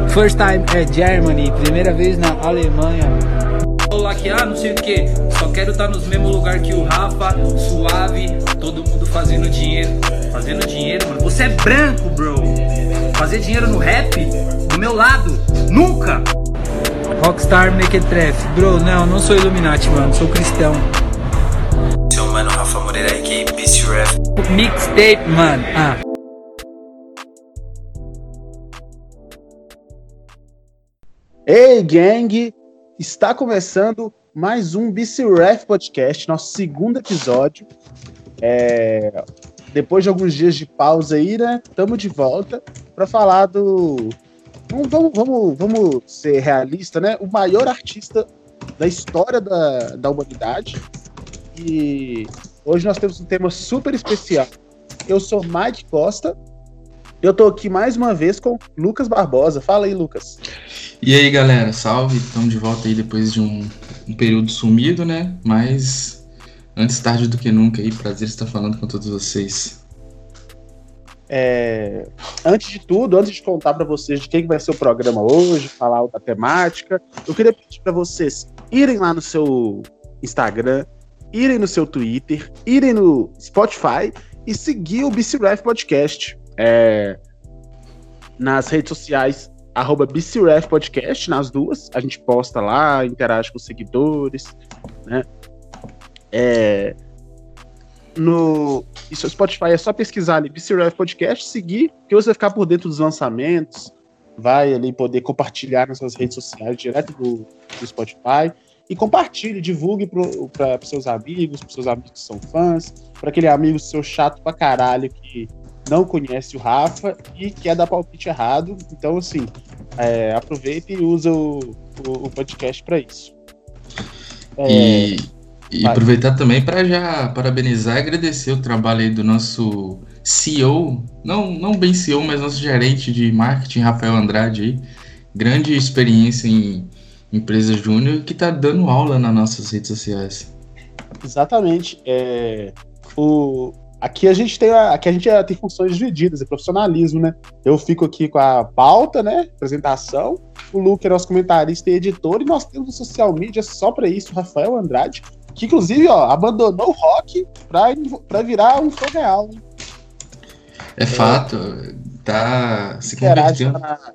First time at Germany, primeira vez na Alemanha. Vou lá que, não sei o que, só quero estar nos mesmos lugares que o Rafa, suave, todo mundo fazendo dinheiro. Fazendo dinheiro, mano. Você é branco, bro. Fazer dinheiro no rap, do meu lado, nunca. Rockstar Mequetrefe, bro, não sou Illuminati, mano, sou cristão. Seu mano Rafa Moreira aqui, BC Ref. Mixtape, mano, Ei, gang! Está começando mais um BC Ref Podcast, nosso segundo episódio. Depois de alguns dias de pausa aí, né? Estamos de volta para falar do... Vamos ser realistas, né? O maior artista da história da humanidade. E hoje nós temos um tema super especial. Eu sou Mike Costa. Eu tô aqui mais uma vez com Lucas Barbosa. Fala aí, Lucas. E aí, galera, salve, estamos de volta aí depois de um período sumido, né? Mas antes tarde do que nunca aí, prazer estar falando com todos vocês. Antes de tudo, antes de contar para vocês de quem vai ser o programa hoje, falar da temática, eu queria pedir para vocês irem lá no seu Instagram, irem no seu Twitter, irem no Spotify e seguir o BC Ref Podcast. Nas redes sociais, @BCRef Podcast, nas duas, a gente posta lá, interage com os seguidores, né? No Spotify é só pesquisar ali BCRef Podcast, seguir, que você vai ficar por dentro dos lançamentos, vai ali poder compartilhar nas suas redes sociais, direto do Spotify, e compartilhe, divulgue para seus amigos que são fãs, para aquele amigo seu chato pra caralho que não conhece o Rafa e quer dar palpite errado. Então, assim, aproveita e usa o podcast para isso. E aproveitar também para já parabenizar e agradecer o trabalho aí do nosso CEO, não bem CEO, mas nosso gerente de marketing, Rafael Andrade, aí. Grande experiência em empresa júnior, que está dando aula nas nossas redes sociais. Exatamente. Aqui a gente já tem funções divididas, é profissionalismo, né? Eu fico aqui com a pauta, né? Apresentação. O Luke é nosso comentarista e editor. E nós temos um social media só para isso, o Rafael Andrade, que inclusive, abandonou o rock para virar um fã real. Hein? Fato. Tá se convertendo.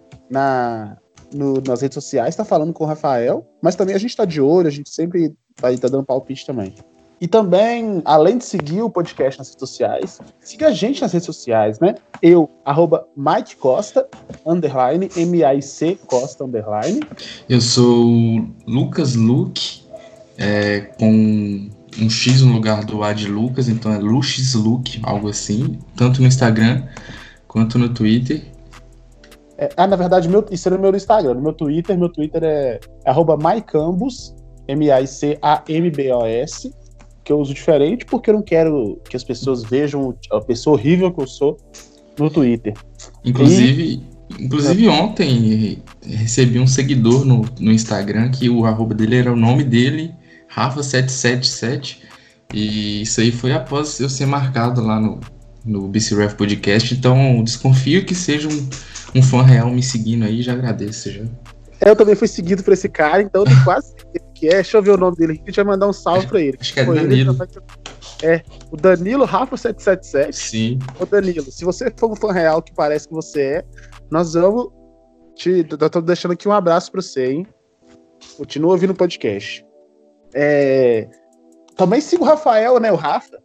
Nas redes sociais, tá falando com o Rafael, mas também a gente tá de olho, a gente sempre vai estar dando palpite também. E também, além de seguir o podcast nas redes sociais, siga a gente nas redes sociais, né? Eu, @Mike Costa, _ MIC Costa, _. Eu sou o Lucas Luke, com um X no lugar do A de Lucas, então é Luxis Luke, algo assim, tanto no Instagram quanto no Twitter. Na verdade, isso era no meu Instagram. No meu Twitter é @MyCambos, MICAMBOS, que eu uso diferente porque eu não quero que as pessoas vejam a pessoa horrível que eu sou no Twitter. Inclusive ontem recebi um seguidor no Instagram que o @ dele era o nome dele, Rafa777, e isso aí foi após eu ser marcado lá no BC Ref Podcast, então desconfio que seja um fã real me seguindo aí, já agradeço já. Eu também fui seguido por esse cara, então eu tenho quase certeza que é. Deixa eu ver o nome dele aqui, a gente vai mandar um salve pra ele. Acho que é Danilo. O Danilo Rafa777. Sim. Ô Danilo, se você for um fã real que parece que você é, nós vamos eu tô deixando aqui um abraço pra você, hein? Continua ouvindo o podcast. Também siga o Rafael, né? O Rafa.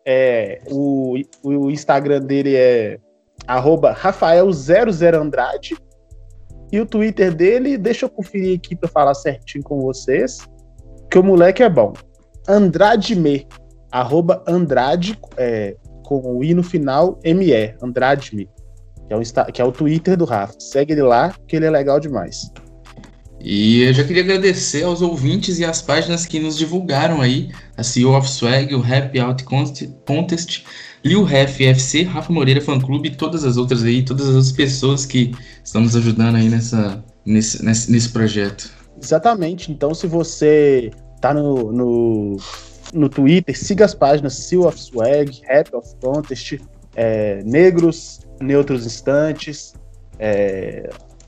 O Instagram dele é @Rafael00Andrade. E o Twitter dele, deixa eu conferir aqui pra falar certinho com vocês, que o moleque é bom. AndradeMe, @Andrade, com o I no final, ME, AndradeMe, que é o Twitter do Rafa. Segue ele lá, que ele é legal demais. E eu já queria agradecer aos ouvintes e às páginas que nos divulgaram aí, a CEO of Swag, o Rap Out Contest, Lil Ref FC, Rafa Moreira Fan Clube e todas as outras aí, todas as outras pessoas que estão nos ajudando aí nesse projeto. Exatamente, então se você tá no Twitter, siga as páginas CEO of Swag, Rap of Contest, Negros, Neutros Instantes,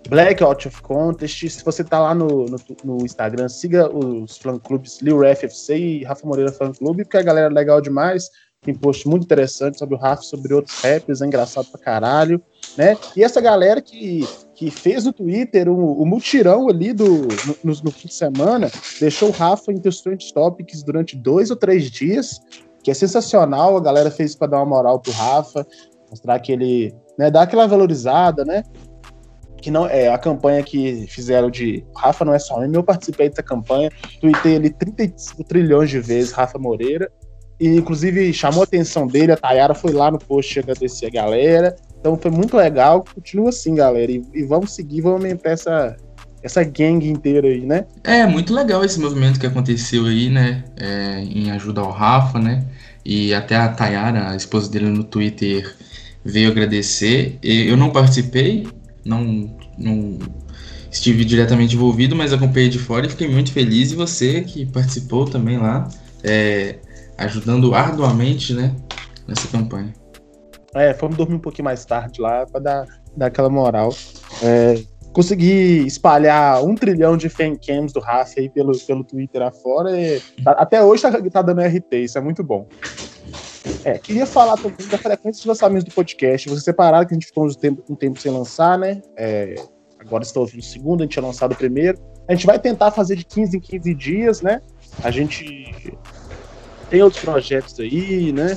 Black Out of Contest. Se você tá lá no Instagram, siga os fã-clubes Lil Ref FC e Rafa Moreira Fã Clube, porque a galera é legal demais. Tem post muito interessante sobre o Rafa, sobre outros rappers, é engraçado pra caralho, né? E essa galera que fez no Twitter o mutirão ali no fim de semana, deixou o Rafa em Trend Topics durante 2 ou 3 dias, que é sensacional. A galera fez isso pra dar uma moral pro Rafa, mostrar que ele, né, dá aquela valorizada, né? Que não é a campanha que fizeram de Rafa não é só eu participei dessa campanha, tuitei ele 35 trilhões de vezes, Rafa Moreira, e inclusive chamou a atenção dele, a Tayara foi lá no post agradecer a galera, então foi muito legal, continua assim, galera, e vamos seguir, vamos aumentar essa gangue inteira aí, né? É muito legal esse movimento que aconteceu aí, né, em ajuda ao Rafa, né, e até a Tayara, a esposa dele, no Twitter veio agradecer. Eu não participei, não estive diretamente envolvido, mas acompanhei de fora e fiquei muito feliz. E você que participou também lá, ajudando arduamente, né, nessa campanha. Fomos dormir um pouquinho mais tarde lá para dar aquela moral. Consegui espalhar 1 trilhão de fancams do Rafa aí pelo Twitter afora. Até hoje tá dando RT, isso é muito bom. Queria falar também da frequência de lançamentos do podcast. Vocês separaram que a gente ficou um tempo sem lançar, né? Agora estou ouvindo o segundo, a gente tinha lançado o primeiro. A gente vai tentar fazer de 15 em 15 dias, né? A gente tem outros projetos aí, né?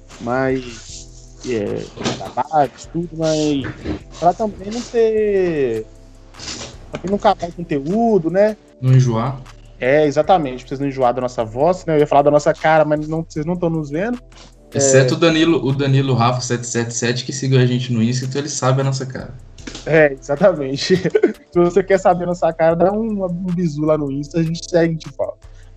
Mas trabalhos, tudo, mas para também não ter... Pra não acabar o conteúdo, né? Não enjoar. Exatamente, pra vocês não enjoar da nossa voz, né? Eu ia falar da nossa cara, mas vocês não estão nos vendo. Exceto o Danilo Rafa 777, que seguiu a gente no Insta, então ele sabe a nossa cara. Exatamente. Se você quer saber a nossa cara, dá um bisu lá no Insta, a gente segue e te fala.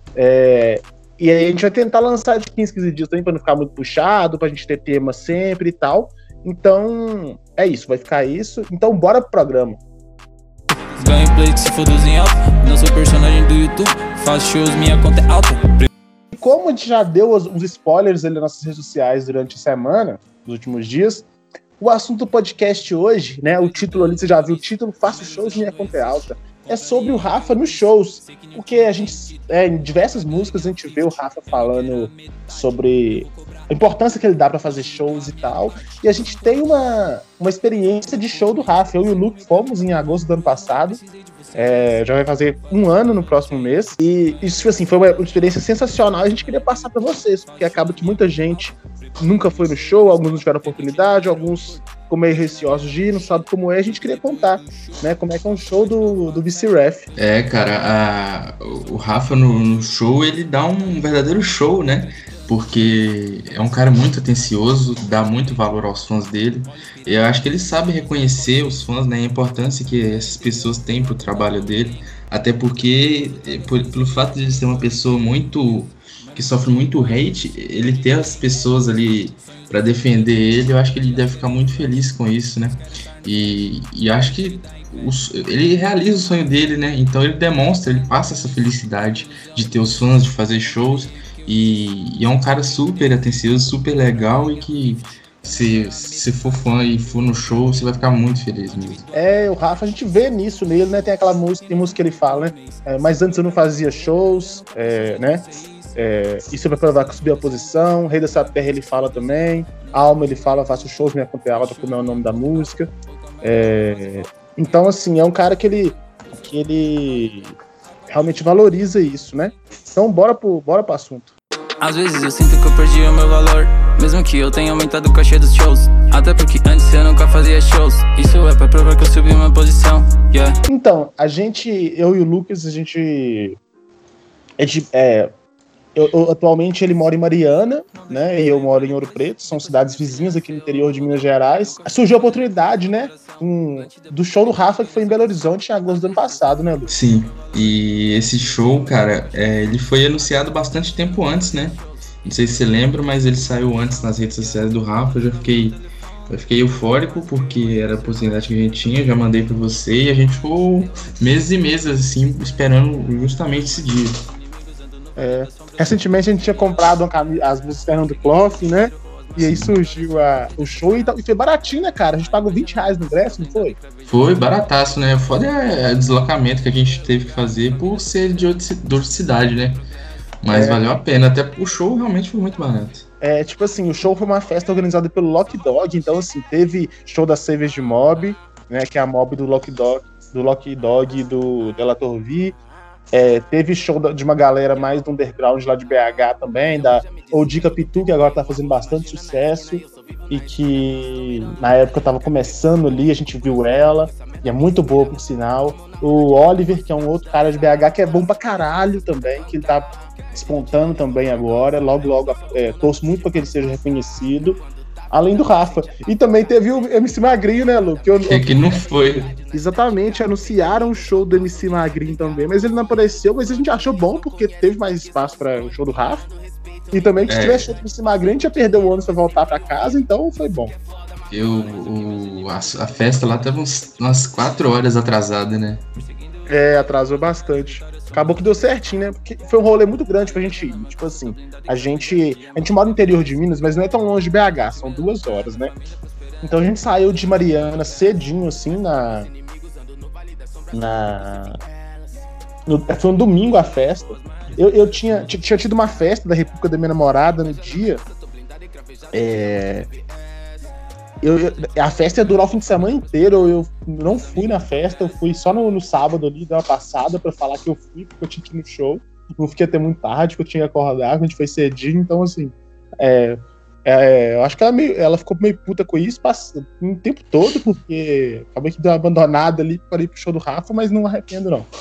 E aí a gente vai tentar lançar de 15, 15 dias também, pra não ficar muito puxado, pra gente ter tema sempre e tal. Então, é isso, vai ficar isso. Então, bora pro programa. Gameplay que se foda em alta, não sou personagem do YouTube, faço shows, minha conta é alta. Como a gente já deu uns spoilers ali nas nossas redes sociais durante a semana, nos últimos dias, o assunto do podcast hoje, né, o título ali, você já viu o título, faço shows, minha conta é alta, é sobre o Rafa nos shows, porque a gente, em diversas músicas a gente vê o Rafa falando sobre a importância que ele dá pra fazer shows e tal, e a gente tem uma experiência de show do Rafa. Eu e o Luke fomos em agosto do ano passado, já vai fazer 1 ano no próximo mês, e isso assim, foi uma experiência sensacional. A gente queria passar pra vocês, porque acaba que muita gente nunca foi no show, alguns não tiveram oportunidade, alguns ficam meio receosos de ir, não sabe como é. A gente queria contar, né, como é que é um show do BC Ref. Cara, o Rafa no show, ele dá um verdadeiro show, né? Porque é um cara muito atencioso, dá muito valor aos fãs dele. Eu acho que ele sabe reconhecer os fãs, né, a importância que essas pessoas têm pro trabalho dele. Até porque, pelo fato de ele ser uma pessoa que sofre muito hate, ele ter as pessoas ali para defender ele, eu acho que ele deve ficar muito feliz com isso, né? E acho que ele realiza o sonho dele, né? Então ele demonstra, ele passa essa felicidade de ter os fãs, de fazer shows. E é um cara super atencioso, super legal, e que se for fã e for no show, você vai ficar muito feliz mesmo. O Rafa, a gente vê nisso nele, né? Tem aquela música, que ele fala, né? Mas antes eu não fazia shows, né? Isso vai provar que eu subi a posição. Rei dessa terra ele fala também. Alma ele fala, faço shows, minha conta é alta, como é o nome da música. Então, assim, é um cara que ele realmente valoriza isso, né? Então, bora pro assunto. Às vezes eu sinto que eu perdi o meu valor, mesmo que eu tenha aumentado o cachê dos shows. Até porque antes eu nunca fazia shows. Isso é pra provar que eu subi uma posição, yeah. Então, eu e o Lucas, atualmente ele mora em Mariana, né? E eu moro em Ouro Preto, são cidades vizinhas aqui no interior de Minas Gerais. Surgiu a oportunidade, né? Do show do Rafa, que foi em Belo Horizonte em agosto do ano passado, né, Lucas? Sim, e esse show, cara, ele foi anunciado bastante tempo antes, né? Não sei se você lembra, mas ele saiu antes nas redes sociais do Rafa. Eu fiquei eufórico, porque era a oportunidade que a gente tinha, já mandei pra você, e a gente ficou meses e meses, assim, esperando justamente esse dia. Recentemente a gente tinha comprado as blusas Fernando Clough, né? E aí surgiu o show e foi baratinho, né, cara? A gente pagou R$20 no ingresso, não foi? Foi barataço, né? Foda é o deslocamento que a gente teve que fazer por ser de outra cidade, né? Mas valeu a pena, até o show realmente foi muito barato. Tipo assim, o show foi uma festa organizada pelo Lock Dog, então assim, teve show da Savage Mob, né, que é a mob do Lock Dog e do Delator V. Teve show de uma galera mais do underground lá de BH também, da Odica Pitu, que agora tá fazendo bastante sucesso e que na época tava começando ali, a gente viu ela, e é muito boa por sinal. O Oliver, que é um outro cara de BH que é bom pra caralho também, que ele tá despontando também agora, logo torço muito pra que ele seja reconhecido. Além do Rafa. E também teve o MC Magrinho, né, Lu? Que não foi. Exatamente, anunciaram o show do MC Magrinho também, mas ele não apareceu, mas a gente achou bom, porque teve mais espaço para o show do Rafa. E também que se tivesse show do MC Magrinho, a gente ia perder o ônibus pra voltar pra casa, então foi bom. A festa lá tava umas 4 horas atrasada, né? Atrasou bastante. Acabou que deu certinho, né? Porque foi um rolê muito grande pra gente ir. Tipo assim, a gente mora no interior de Minas, mas não é tão longe de BH, são 2 horas, né? Então a gente saiu de Mariana cedinho, assim, foi um domingo a festa. Eu tinha tido uma festa da República da minha namorada no dia. A festa ia durar o fim de semana inteiro. Eu não fui na festa, eu fui só no sábado ali, dei uma passada pra falar que eu fui, porque eu tinha que ir no show. Não fiquei até muito tarde, porque eu tinha que acordar, a gente foi cedinho, então assim. Eu acho que ela ficou meio puta com isso o tempo todo, porque acabei que deu uma abandonada ali para ir pro show do Rafa, mas não arrependo, não.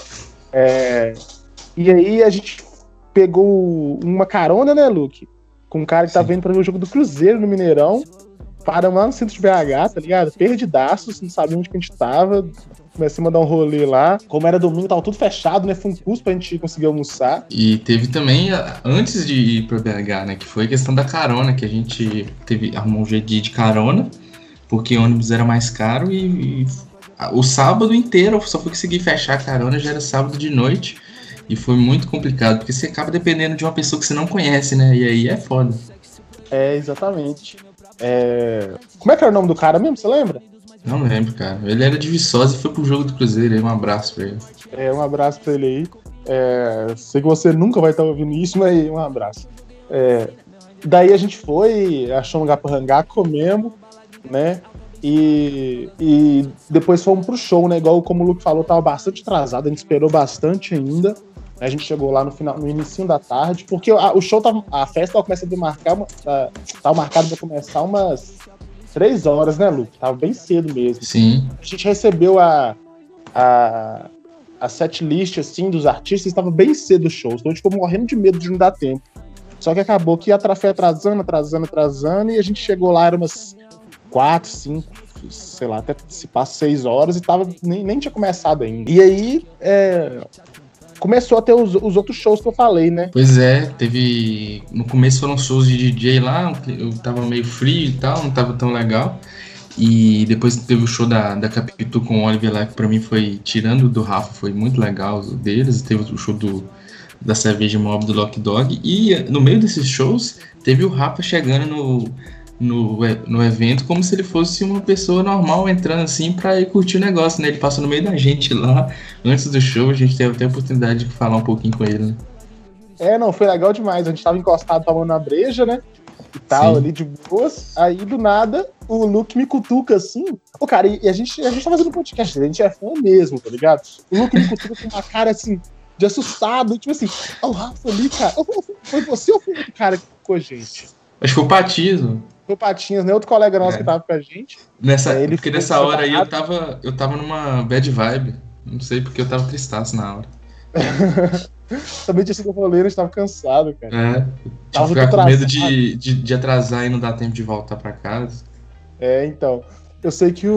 E aí a gente pegou uma carona, né, Luke? Com um cara que tava indo pra ver o jogo do Cruzeiro no Mineirão. Paramos lá no centro de BH, tá ligado? Perdidaços, não sabia onde que a gente tava. Comecei a mandar um rolê lá. Como era domingo, tava tudo fechado, né? Foi um custo pra gente conseguir almoçar. E teve também, antes de ir pra BH, né? Que foi a questão da carona, que a gente arrumou um jeito de ir de carona, porque o ônibus era mais caro e o sábado inteiro eu só fui conseguir fechar a carona, já era sábado de noite. E foi muito complicado, porque você acaba dependendo de uma pessoa que você não conhece, né? E aí é foda. Exatamente. Como é que era o nome do cara mesmo, você lembra? Não lembro, cara. Ele era de Viçosa e foi pro jogo do Cruzeiro aí. Um abraço pra ele. Um abraço pra ele aí. Sei que você nunca vai estar ouvindo isso, mas um abraço. Daí a gente foi, achou um lugar pra hangar, comemos, né? E depois fomos pro show, né? Igual como o Luke falou, tava bastante atrasado, a gente esperou bastante ainda. A gente chegou lá no início da tarde, porque o show a festa tava começando tava marcado pra começar umas 3 horas, né, Luke? Tava bem cedo mesmo. Sim. A gente recebeu a setlist, assim, dos artistas, estava bem cedo o show, então a gente ficou morrendo de medo de não dar tempo. Só que acabou que foi atrasando, e a gente chegou lá, era umas 4, 5, sei lá, até se passa 6 horas, e nem tinha começado ainda. E aí, começou a ter os outros shows que eu falei, né? Pois é, no começo foram shows de DJ lá, eu tava meio frio e tal, não tava tão legal. E depois teve o show da Capitu com o Oliver lá, que pra mim foi, tirando do Rafa, foi muito legal deles. Teve o show da Savage Mob do Lock Dog. E no meio desses shows, teve o Rafa chegando no evento como se ele fosse uma pessoa normal entrando assim pra ir curtir o negócio, né? Ele passou no meio da gente lá, antes do show, a gente teve até a oportunidade de falar um pouquinho com ele, né? Não, foi legal demais, a gente tava encostado tomando na breja, né? E tal, ali de boas, aí do nada o Luke me cutuca assim, cara, e a gente tá fazendo podcast, a gente é fã mesmo, tá ligado? O Luke me cutuca com uma cara assim, de assustado, tipo assim, o Rafa ali, cara, foi você ou foi outro cara que ficou com a gente? Acho que foi o Patinhas, mano. Foi o Patinhas, né? Outro colega nosso que tava com a gente. Porque nessa hora aí eu tava numa bad vibe. Não sei porque eu tava tristaço na hora. Também tinha sido rolê, a gente tava cansado, cara. Tinha que ficar com medo de atrasar e não dar tempo de voltar pra casa. Então. Eu sei que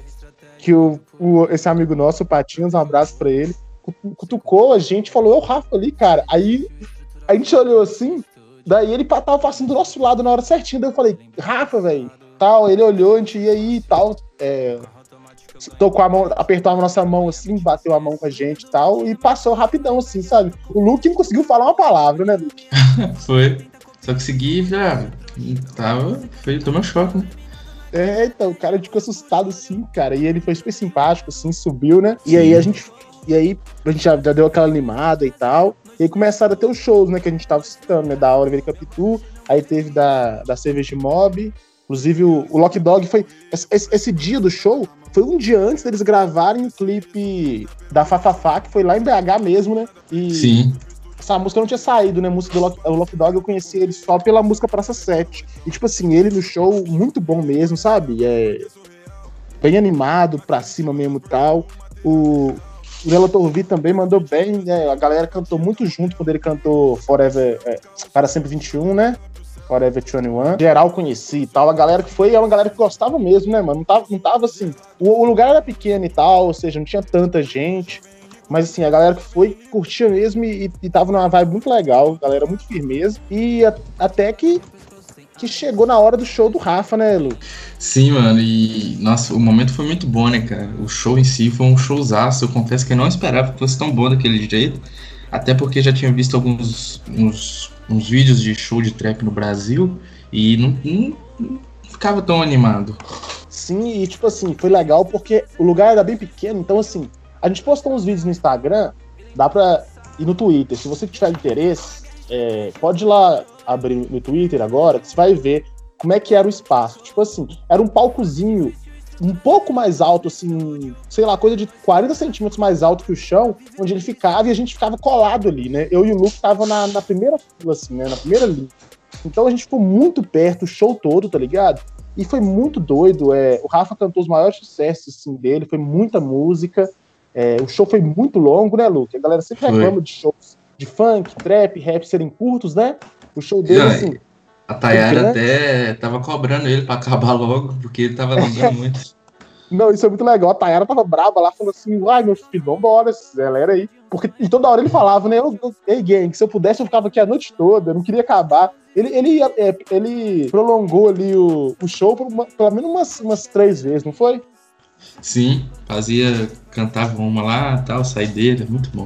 esse amigo nosso, o Patinhas, um abraço pra ele, cutucou a gente, falou, o Rafa ali, cara. Aí a gente olhou assim, daí ele tava passando do nosso lado na hora certinha, daí eu falei, Rafa, velho, tal, ele olhou, a gente ia aí e tal, tocou a mão, apertou a nossa mão assim, bateu a mão com a gente e tal, e passou rapidão assim, sabe? O Luke não conseguiu falar uma palavra, né, Luke? Foi, só consegui já Tomou um choque, né? Então, o cara ficou assustado assim, cara. E ele foi super simpático, assim, subiu, né? E aí a gente já deu aquela animada e tal. E aí começaram a ter os shows, né? Que a gente tava citando, né? Da Hora Capitu. Aí teve da Cerveja Mob. Inclusive, o Lock Dog foi... Esse dia do show foi um dia antes deles gravarem o clipe da Fafafá, que foi lá em BH mesmo, né? E sim. Essa música não tinha saído, né? A música do Lock Dog eu conheci ele só pela música Praça 7. E, tipo assim, ele no show, muito bom mesmo, sabe? Bem animado, pra cima mesmo e tal. O Relator V também mandou bem, né? A galera cantou muito junto quando ele cantou Forever, Para Sempre 21, né? Forever 21. Geral conheci e tal. A galera que foi é uma galera que gostava mesmo, né, mano? Não tava assim. O lugar era pequeno e tal, ou seja, não tinha tanta gente. Mas assim, a galera que foi curtia mesmo e tava numa vibe muito legal. Galera muito firmeza. E até que chegou na hora do show do Rafa, né, Lu? Sim, mano, e nossa, o momento foi muito bom, né, cara? O show em si foi um showzaço. Eu confesso que eu não esperava que fosse tão bom daquele jeito. Até porque já tinha visto uns vídeos de show de trap no Brasil e não ficava tão animado. Sim, e tipo assim, foi legal porque o lugar era bem pequeno, então assim, a gente postou uns vídeos no Instagram, dá pra ir no Twitter. Se você tiver interesse, pode ir lá abrir no Twitter agora, que você vai ver como é que era o espaço. Tipo assim, era um palcozinho um pouco mais alto, assim, sei lá, coisa de 40 centímetros mais alto que o chão, onde ele ficava e a gente ficava colado ali, né? Eu e o Luke tava na primeira fila, assim, né? Na primeira linha. Então a gente ficou muito perto o show todo, tá ligado? E foi muito doido. O Rafa cantou os maiores sucessos, assim, dele, foi muita música. O show foi muito longo, né, Luke? A galera sempre reclama de shows de funk, trap, rap serem curtos, né? O show dele, assim... A Tayara até tava cobrando ele pra acabar logo, porque ele tava alongando muito. Não, isso é muito legal. A Tayara tava brava lá, falou assim, ai, meu filho, vambora, acelera aí. E toda hora ele falava, né, ei, gang, se eu pudesse eu ficava aqui a noite toda, eu não queria acabar. Ele prolongou ali o show por pelo menos umas 3 vezes, não foi? Sim, cantava uma lá, tal, saideira, muito bom.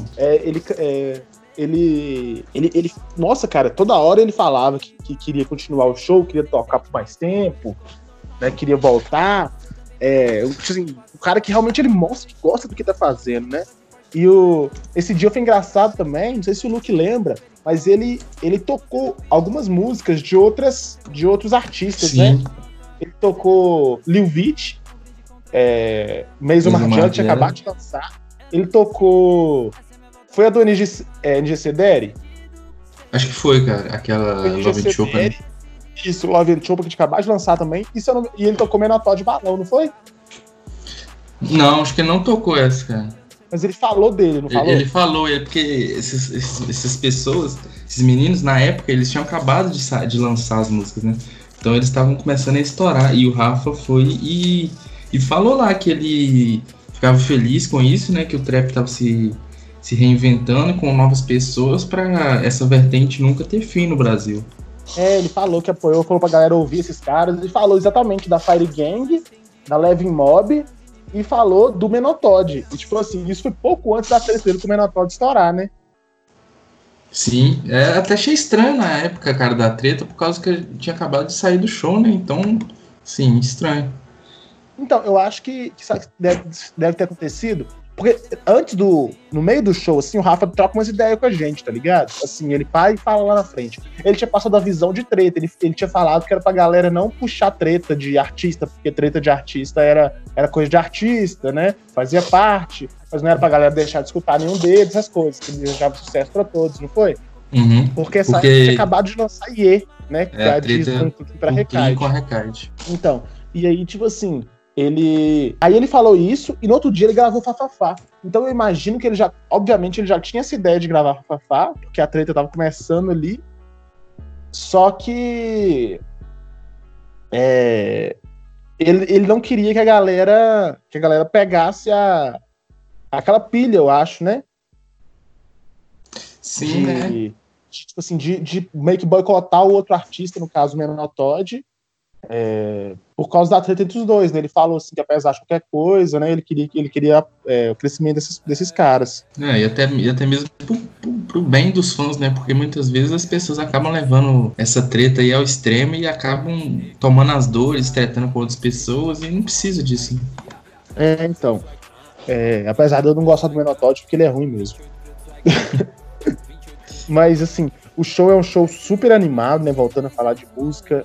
Nossa, cara, toda hora ele falava que queria continuar o show, queria tocar por mais tempo, né, queria voltar. Assim, o cara que realmente ele mostra que gosta do que tá fazendo, né? E esse dia foi engraçado também, não sei se o Luke lembra, mas ele tocou algumas músicas de outros artistas, sim, né? Ele tocou Lil Vit, Maison Margiela tinha acabado de lançar. Ele tocou... Foi a do NGC Daddy? Acho que foi, cara. Aquela Love and Chopa, né? Isso, Love and Chopa, que a gente acabou de lançar também. E ele tocou Menotó de balão, não foi? Não, acho que ele não tocou essa, cara. Mas ele falou dele, não falou? Ele falou, porque essas pessoas, esses meninos, na época, eles tinham acabado de lançar as músicas, né? Então eles estavam começando a estourar. E o Rafa foi e falou lá que ele ficava feliz com isso, né? Que o trap tava se reinventando com novas pessoas pra essa vertente nunca ter fim no Brasil. Ele falou que apoiou, falou pra galera ouvir esses caras. Ele falou exatamente da Fire Gang, da Levin Mob e falou do Menotod. E tipo assim, isso foi pouco antes da treta dele com o Menotod estourar, né? Sim, até achei estranho na época, cara, da treta, por causa que eu tinha acabado de sair do show, né? Então, sim, estranho. Então, eu acho que deve ter acontecido, porque no meio do show, assim, o Rafa troca umas ideias com a gente, tá ligado? Assim, ele vai e fala lá na frente. Ele tinha passado a visão de treta, ele tinha falado que era pra galera não puxar treta de artista, porque treta de artista era coisa de artista, né? Fazia parte, mas não era pra galera deixar de escutar nenhum deles, essas coisas, que desejava sucesso pra todos, não foi? Uhum, porque tinha acabado de lançar IE, né? A treta pra Recaide. Com a Recaide. Então, e aí, tipo assim... Aí ele falou isso e no outro dia ele gravou Fafafá. Então eu imagino que obviamente ele já tinha essa ideia de gravar Fafafá, porque a treta tava começando ali. Só que ele não queria que a galera pegasse aquela pilha, eu acho, né? Sim, né? Tipo assim, de meio que boicotar o outro artista, no caso o Menotod. Por causa da treta entre os dois, né? Ele falou assim que apesar de qualquer coisa, né? Ele queria o crescimento desses caras. E até mesmo pro bem dos fãs, né? Porque muitas vezes as pessoas acabam levando essa treta aí ao extremo e acabam tomando as dores, tretando com outras pessoas, e não precisa disso. Então. Apesar de eu não gostar do Menotóide, porque ele é ruim mesmo. Mas, assim, o show é um show super animado, né? Voltando a falar de música.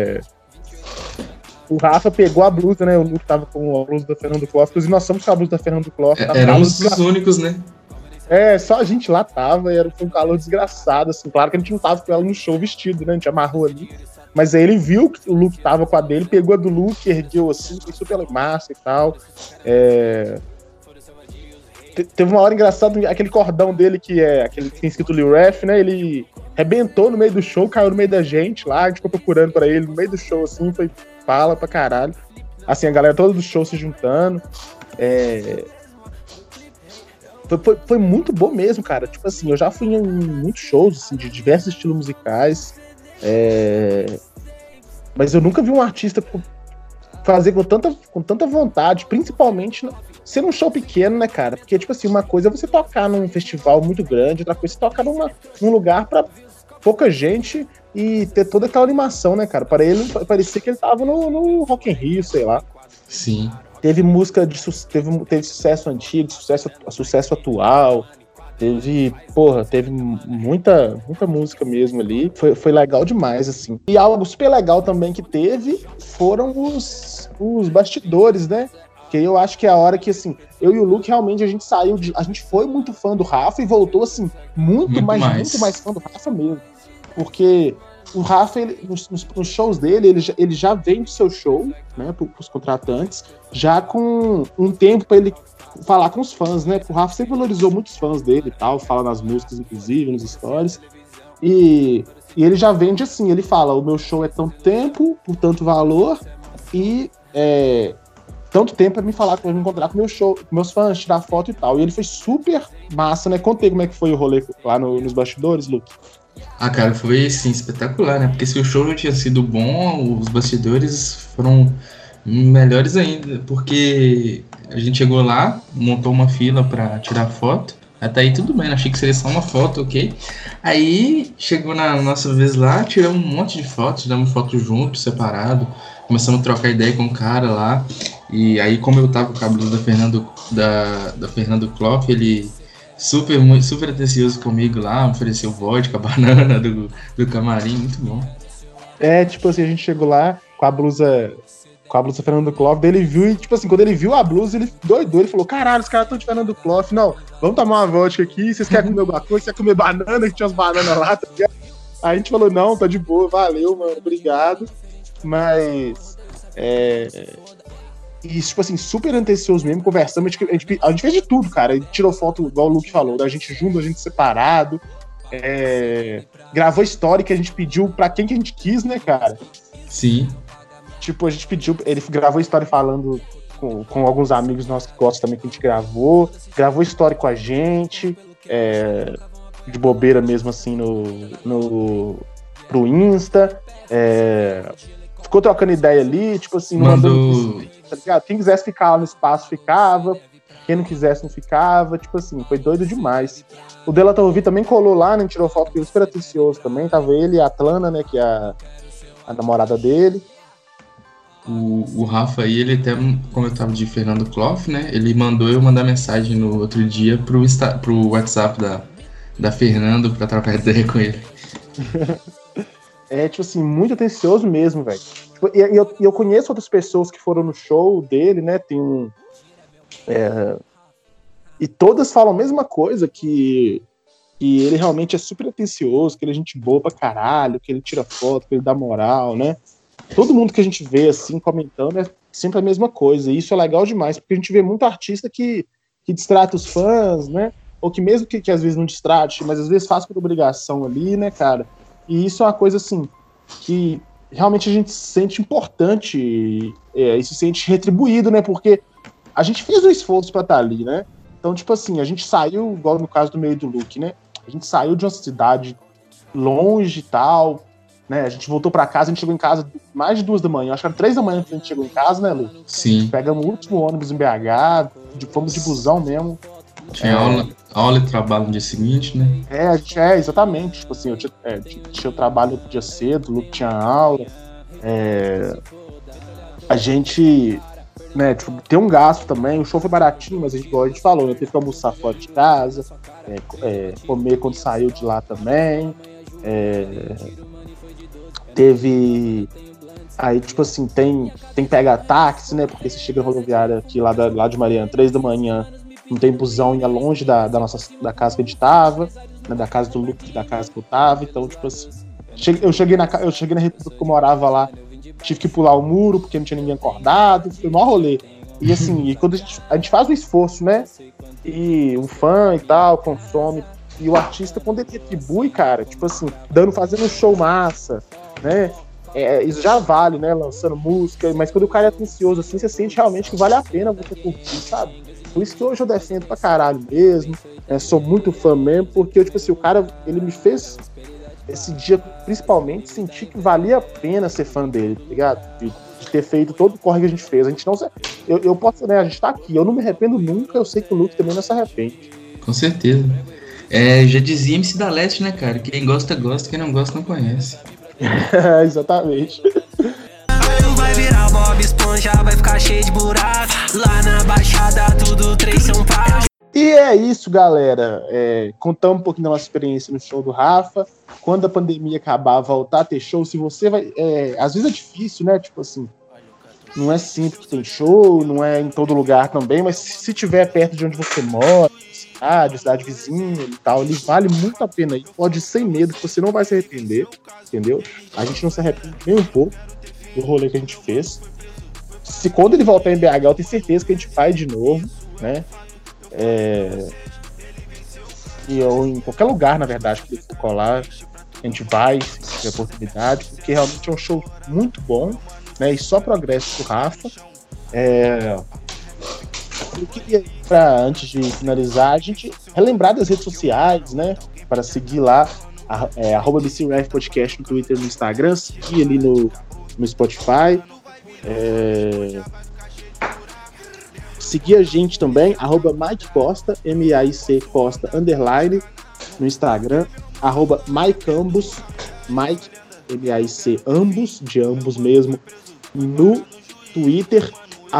O Rafa pegou a blusa, né? O Luke tava com a blusa da Fernando Clough. Inclusive, nós somos com a blusa da Fernando Clough. Éramos os únicos, né? Só a gente lá tava, e foi um calor desgraçado, assim. Claro que a gente não tava com ela no show vestido, né? A gente amarrou ali. Mas aí ele viu que o Luke tava com a dele, pegou a do Luke, ergueu assim, foi super massa e tal. Teve uma hora engraçada, aquele cordão dele que é aquele que tem escrito Lil Ref, né? Ele arrebentou no meio do show, caiu no meio da gente lá, a gente ficou procurando pra ele no meio do show, assim, foi fala pra caralho. Assim, a galera toda do show se juntando. Foi muito bom mesmo, cara. Tipo assim, eu já fui em muitos shows, assim, de diversos estilos musicais. Mas eu nunca vi um artista fazer com tanta vontade, principalmente sendo um show pequeno, né, cara? Porque, tipo assim, uma coisa é você tocar num festival muito grande, outra coisa é você tocar num lugar pra pouca gente e ter toda aquela animação, né, cara? Para ele, parecia que ele tava no Rock in Rio, sei lá. Sim. Teve música teve sucesso antigo, sucesso atual. Teve muita música mesmo ali. Foi legal demais, assim. E algo super legal também que teve foram os bastidores, né? Que eu acho que é a hora que, assim, eu e o Luke realmente a gente foi muito fã do Rafa e voltou, assim, muito mais fã do Rafa mesmo. Porque o Rafa, nos shows dele, ele já vende seu show, né, pros contratantes, já com um tempo pra ele falar com os fãs, né? Porque o Rafa sempre valorizou muitos fãs dele e tal, fala nas músicas, inclusive, nos stories. E ele já vende assim, ele fala, o meu show é tanto tempo, por tanto valor, e tanto tempo pra me falar, pra me encontrar com meu show, com meus fãs, tirar foto e tal. E ele foi super massa, né? Contei como é que foi o rolê lá nos bastidores, Luke. Cara, foi, assim, espetacular, né? Porque se o show não tinha sido bom, os bastidores foram melhores ainda, porque a gente chegou lá, montou uma fila pra tirar foto, até aí tudo bem, achei que seria só uma foto, ok? Aí chegou na nossa vez lá, tiramos um monte de fotos, tiramos foto junto, separado, começamos a trocar ideia com o cara lá, e aí como eu tava com a blusa da Fernando Clough, ele super atencioso comigo lá, ofereceu vodka, banana do camarim, muito bom. Tipo assim, a gente chegou lá com a blusa Fernando Clough, daí ele viu, e tipo assim, quando ele viu a blusa, ele doidou, ele falou, caralho, os caras estão de Fernando Clough, não, vamos tomar uma vodka aqui, vocês querem comer alguma coisa, você quer comer banana, que tinha umas bananas lá, tá ligado? Aí a gente falou, não, tá de boa, valeu, mano, obrigado, mas, e tipo assim, super atencioso mesmo, conversamos, a gente fez de tudo, cara, a gente tirou foto, igual o Luke falou, da gente junto, a gente separado, gravou story que a gente pediu pra quem que a gente quis, né, cara? Sim. Tipo, a gente pediu, ele gravou história falando com alguns amigos nossos que gostam também que a gente gravou história com a gente, de bobeira mesmo assim pro Insta, ficou trocando ideia ali, tipo assim, mandando, tá ligado? Quem quisesse ficar lá no espaço ficava, quem não quisesse não ficava, tipo assim, foi doido demais. O Delator Ouvi também colou lá, né, tirou foto com ele, super atencioso também, tava ele e a Atlana, né, que é a namorada dele. O Rafa aí, ele até, como eu tava de Fernando Clough, né, ele mandou eu mandar mensagem no outro dia pro WhatsApp da Fernando pra trocar ideia com ele. Tipo assim, muito atencioso mesmo, velho. Tipo, e eu conheço outras pessoas que foram no show dele, né, e todas falam a mesma coisa, que ele realmente é super atencioso, que ele é gente boa pra caralho, que ele tira foto, que ele dá moral, né? Todo mundo que a gente vê, assim, comentando, é sempre a mesma coisa. E isso é legal demais, porque a gente vê muito artista que distrata os fãs, né? Ou que mesmo que às vezes não distrate, mas às vezes faz por obrigação ali, né, cara? E isso é uma coisa, assim, que realmente a gente se sente importante e se sente retribuído, né? Porque a gente fez um esforço pra estar ali, né? Então, tipo assim, a gente saiu, igual no caso do meio do Luke, né? A gente saiu de uma cidade longe e tal, né? A gente voltou pra casa, a gente chegou em casa mais de 2 da manhã, acho que era 3 da manhã que a gente chegou em casa, né, Luke? Sim. Pegamos o último ônibus em BH, fomos de busão mesmo. Tinha aula e trabalho no dia seguinte, né? Exatamente. Tipo assim, eu tinha o trabalho no dia cedo, o Luke tinha aula. A gente, né, tipo, tem um gasto também. O show foi baratinho, mas igual a gente falou, né, teve que almoçar fora de casa, comer quando saiu de lá também. Teve... Aí, tipo assim, tem que pegar táxi, né? Porque você chega na rodoviária aqui lá de Mariana, 3 da manhã, não tem busão, ia longe da casa que a gente tava, né, da casa do Luke, da casa que eu tava. Então, tipo assim, eu cheguei na República que eu morava lá, tive que pular o muro porque não tinha ninguém acordado, foi o maior rolê. E assim, e quando a gente faz um esforço, né? E um fã e tal, consome. E o artista, quando ele retribui, cara, tipo assim, fazendo um show massa, né? Isso já vale, né? Lançando música, mas quando o cara é atencioso assim, você sente realmente que vale a pena você curtir, sabe? Por isso que hoje eu defendo pra caralho mesmo, sou muito fã mesmo, porque tipo assim, o cara, ele me fez esse dia, principalmente, sentir que valia a pena ser fã dele, tá ligado? De ter feito todo o corre que a gente fez. A gente não... Eu posso, né? A gente tá aqui, eu não me arrependo nunca, eu sei que o Luke também não se arrepende. Com certeza. Já dizia MC da Leste, né, cara? Quem gosta, gosta, quem não gosta, não conhece. Exatamente. Vai virar Bob Esponja, vai ficar cheio de buraco. Lá na Baixada, tudo 3 São Paulo. E é isso, galera. Contamos um pouquinho da nossa experiência no show do Rafa. Quando a pandemia acabar, voltar a ter show. Se você vai... às vezes é difícil, né? Tipo assim, não é sempre que tem show, não é em todo lugar também, mas se tiver perto de onde você mora, cidade vizinha e tal, ele vale muito a pena ir. Pode ir sem medo, que você não vai se arrepender, entendeu? A gente não se arrepende nem um pouco do rolê que a gente fez. Se quando ele voltar em BH, eu tenho certeza que a gente vai de novo, né? Ou em qualquer lugar, na verdade, que ele for colar, a gente vai, se tiver oportunidade, porque realmente é um show muito bom, né? E só progresso pro Rafa. Eu queria, antes de finalizar, a gente relembrar das redes sociais, né? Para seguir lá, @BCRF Podcast no Twitter e no Instagram, seguir ali no Spotify. Seguir a gente também, @Mike Costa, MAIC Costa, _ no Instagram, @MikeAmbos, Mike, MAIC ambos, de ambos mesmo, no Twitter,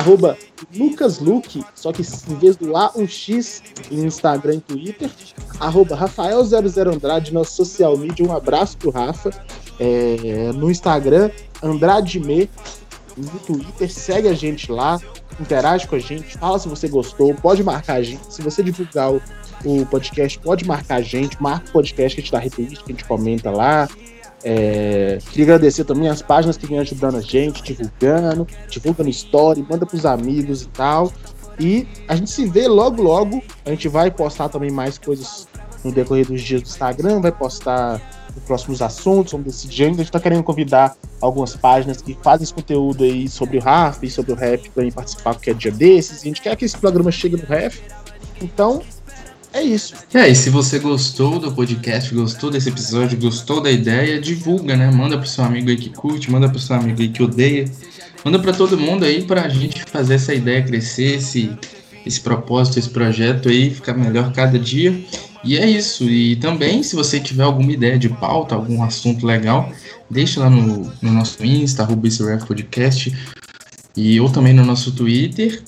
@LucasLuke, só que em vez do A, um X em Instagram e Twitter, @Rafael00 Andrade, nosso social media, um abraço pro Rafa, no Instagram, AndradeMe, no Twitter, segue a gente lá, interage com a gente, fala se você gostou, pode marcar a gente, se você divulgar o podcast, pode marcar a gente, marca o podcast que a gente dá retweet, que a gente comenta lá. Queria agradecer também as páginas que vêm ajudando a gente, divulgando story, manda pros amigos e tal. E a gente se vê logo. A gente vai postar também mais coisas no decorrer dos dias do Instagram, vai postar os próximos assuntos, vamos decidir ainda. A gente tá querendo convidar algumas páginas que fazem esse conteúdo aí sobre o Rafa e sobre o rap pra mim participar qualquer dia desses. A gente quer que esse programa chegue no rap. Então, é isso. E se você gostou do podcast, gostou desse episódio, gostou da ideia, divulga, né? Manda pro seu amigo aí que curte, manda pro seu amigo aí que odeia. Manda pra todo mundo aí pra gente fazer essa ideia crescer, esse propósito, esse projeto aí, ficar melhor cada dia. E é isso. E também, se você tiver alguma ideia de pauta, algum assunto legal, deixa lá no nosso Insta, @BCRF Podcast, ou também no nosso Twitter.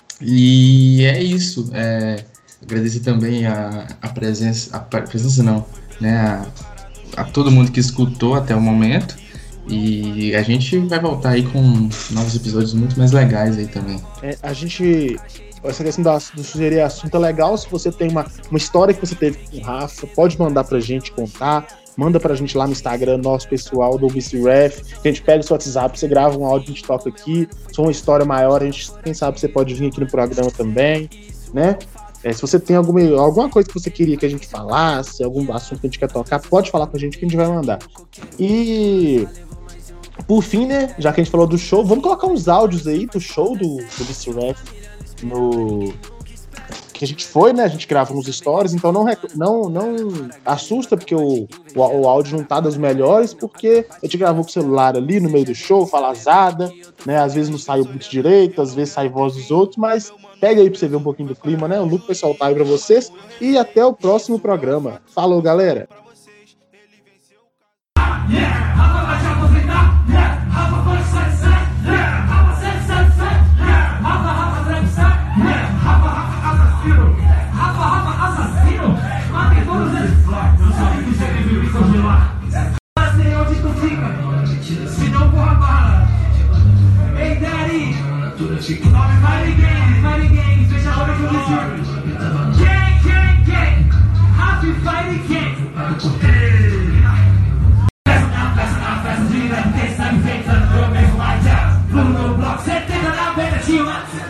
E é isso. Agradecer também a presença não, né, a todo mundo que escutou até o momento, e a gente vai voltar aí com novos episódios muito mais legais aí também. Essa questão do sugerir assunto é legal. Se você tem uma história que você teve com o Rafa, pode mandar pra gente contar, manda pra gente lá no Instagram, nosso pessoal do BCRF, a gente pega o seu WhatsApp, você grava um áudio, a gente toca aqui, se for uma história maior, quem sabe você pode vir aqui no programa também, né? Se você tem alguma coisa que você queria que a gente falasse, algum assunto que a gente quer tocar, pode falar com a gente que a gente vai mandar. E, por fim, né, já que a gente falou do show, vamos colocar uns áudios aí do show do BCRF, que que a gente foi, né? A gente gravou uns stories, então não assusta, porque o áudio não tá das melhores, porque a gente gravou com o celular ali no meio do show, falazada, né? Às vezes não sai o beat direito, às vezes sai voz dos outros, mas pega aí pra você ver um pouquinho do clima, né? O Luke vai soltar aí pra vocês. E até o próximo programa. Falou, galera! Você tem que dar